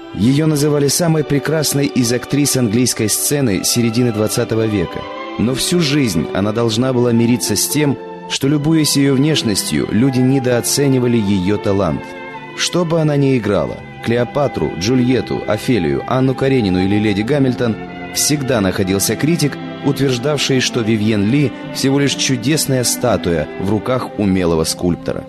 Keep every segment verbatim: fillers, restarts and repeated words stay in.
Ее называли самой прекрасной из актрис английской сцены середины двадцатого века. Но всю жизнь она должна была мириться с тем, что, любуясь ее внешностью, люди недооценивали ее талант. Что бы она ни играла – Клеопатру, Джульетту, Офелию, Анну Каренину или леди Гамильтон – всегда находился критик, утверждавший, что Вивьен Ли всего лишь чудесная статуя в руках умелого скульптора.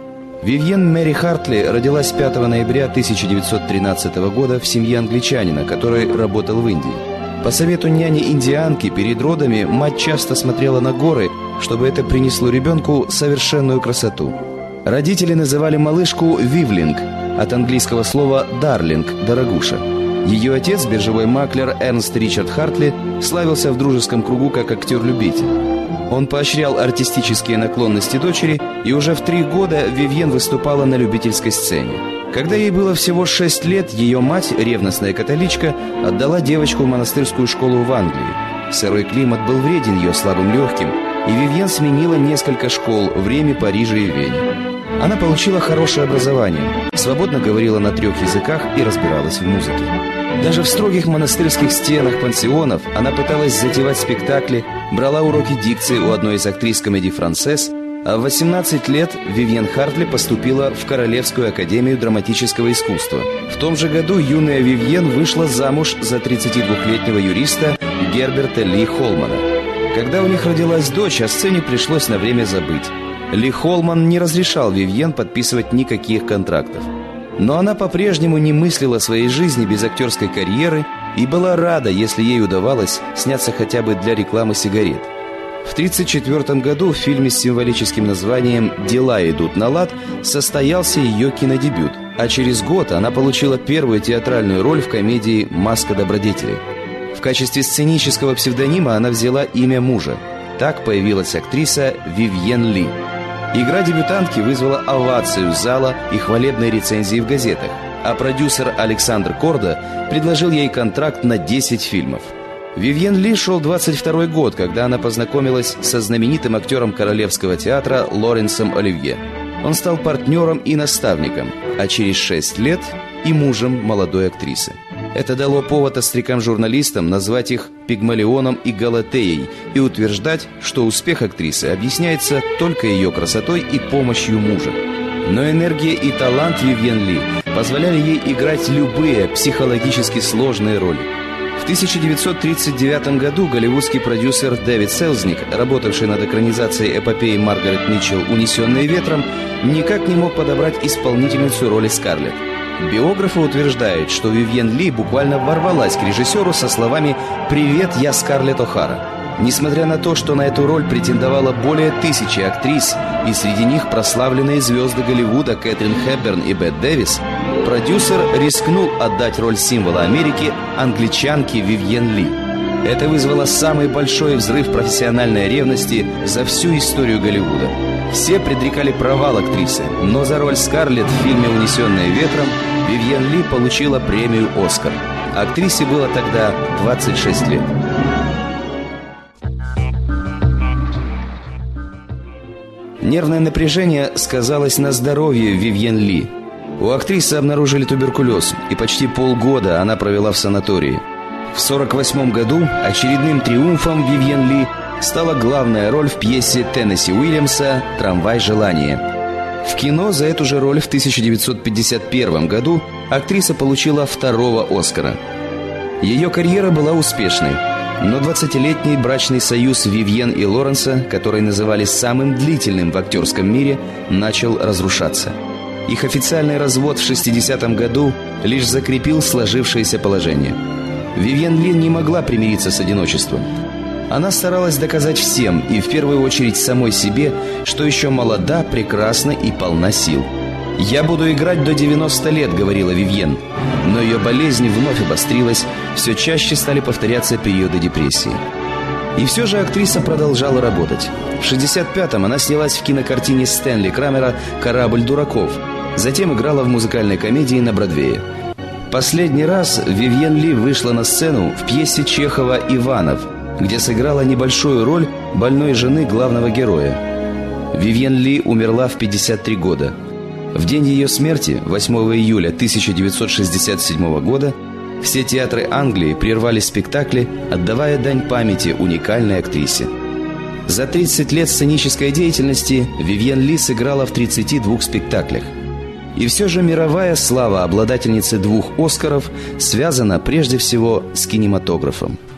Вивьен Мэри Хартли родилась пятого ноября тысяча девятьсот тринадцатого года в семье англичанина, который работал в Индии. По совету няни-индианки перед родами мать часто смотрела на горы, чтобы это принесло ребенку совершенную красоту. Родители называли малышку Вивлинг, от английского слова «дарлинг» – «дорогуша». Ее отец, биржевой маклер Эрнст Ричард Хартли, славился в дружеском кругу как актер-любитель. Он поощрял артистические наклонности дочери, и уже в три года Вивьен выступала на любительской сцене. Когда ей было всего шесть лет, ее мать, ревностная католичка, отдала девочку в монастырскую школу в Англии. Сырой климат был вреден ее слабым легким, и Вивьен сменила несколько школ в Риме, Париже и Вене. Она получила хорошее образование, свободно говорила на трех языках и разбиралась в музыке. Даже в строгих монастырских стенах пансионов она пыталась затевать спектакли, брала уроки дикции у одной из актрис комедий «Франсесс», а в восемнадцать лет Вивьен Хартли поступила в Королевскую академию драматического искусства. В том же году юная Вивьен вышла замуж за тридцатидвухлетнего юриста Герберта Ли Холмана. Когда у них родилась дочь, о сцене пришлось на время забыть. Ли Холман не разрешал Вивьен подписывать никаких контрактов. Но она по-прежнему не мыслила своей жизни без актерской карьеры и была рада, если ей удавалось сняться хотя бы для рекламы сигарет. В тысяча девятьсот тридцать четвёртом году в фильме с символическим названием «Дела идут на лад» состоялся ее кинодебют, а через год она получила первую театральную роль в комедии «Маска добродетели». В качестве сценического псевдонима она взяла имя мужа. Так появилась актриса Вивьен Ли. Игра дебютантки вызвала овацию зала и хвалебные рецензии в газетах, а продюсер Александр Корда предложил ей контракт на десять фильмов. Вивьен Ли шел двадцать второй год, когда она познакомилась со знаменитым актером Королевского театра Лоренсом Оливье. Он стал партнером и наставником, а через шесть лет и мужем молодой актрисы. Это дало повод острякам-журналистам назвать их Пигмалионом и Галатеей и утверждать, что успех актрисы объясняется только ее красотой и помощью мужа. Но энергия и талант Вивьен Ли позволяли ей играть любые психологически сложные роли. В тысяча девятьсот тридцать девятом году голливудский продюсер Дэвид Селзник, работавший над экранизацией эпопеи Маргарет Митчелл «Унесенные ветром», никак не мог подобрать исполнительницу роли Скарлетт. Биографы утверждают, что Вивьен Ли буквально ворвалась к режиссеру со словами «Привет, я Скарлетт О'Хара». Несмотря на то, что на эту роль претендовало более тысячи актрис, и среди них прославленные звезды Голливуда Кэтрин Хепберн и Бетт Дэвис, продюсер рискнул отдать роль символа Америки англичанке Вивьен Ли. Это вызвало самый большой взрыв профессиональной ревности за всю историю Голливуда. Все предрекали провал актрисы, но за роль Скарлетт в фильме «Унесенные ветром» Вивьен Ли получила премию «Оскар». Актрисе было тогда двадцать шесть лет. Нервное напряжение сказалось на здоровье Вивьен Ли. У актрисы обнаружили туберкулез, и почти полгода она провела в санатории. В сорок восьмом году очередным триумфом Вивьен Ли стала главная роль в пьесе Теннесси Уильямса «Трамвай желания». В кино за эту же роль в тысяча девятьсот пятьдесят первом году актриса получила второго «Оскара». Ее карьера была успешной, но двадцатилетний брачный союз Вивьен и Лоренса, который называли самым длительным в актерском мире, начал разрушаться. Их официальный развод в шестидесятом году лишь закрепил сложившееся положение. Вивьен Ли не могла примириться с одиночеством. Она старалась доказать всем, и в первую очередь самой себе, что еще молода, прекрасна и полна сил. «Я буду играть до девяноста лет», — говорила Вивьен. Но ее болезнь вновь обострилась, все чаще стали повторяться периоды депрессии. И все же актриса продолжала работать. В шестьдесят пятом она снялась в кинокартине Стэнли Крамера «Корабль дураков». Затем играла в музыкальной комедии на Бродвее. Последний раз Вивьен Ли вышла на сцену в пьесе Чехова «Иванов», где сыграла небольшую роль больной жены главного героя. Вивьен Ли умерла в пятьдесят три года. В день ее смерти, восьмого июля тысяча девятьсот шестьдесят седьмого года, все театры Англии прервали спектакли, отдавая дань памяти уникальной актрисе. За тридцать лет сценической деятельности Вивьен Ли сыграла в тридцати двух спектаклях. И все же мировая слава обладательницы двух «Оскаров» связана прежде всего с кинематографом.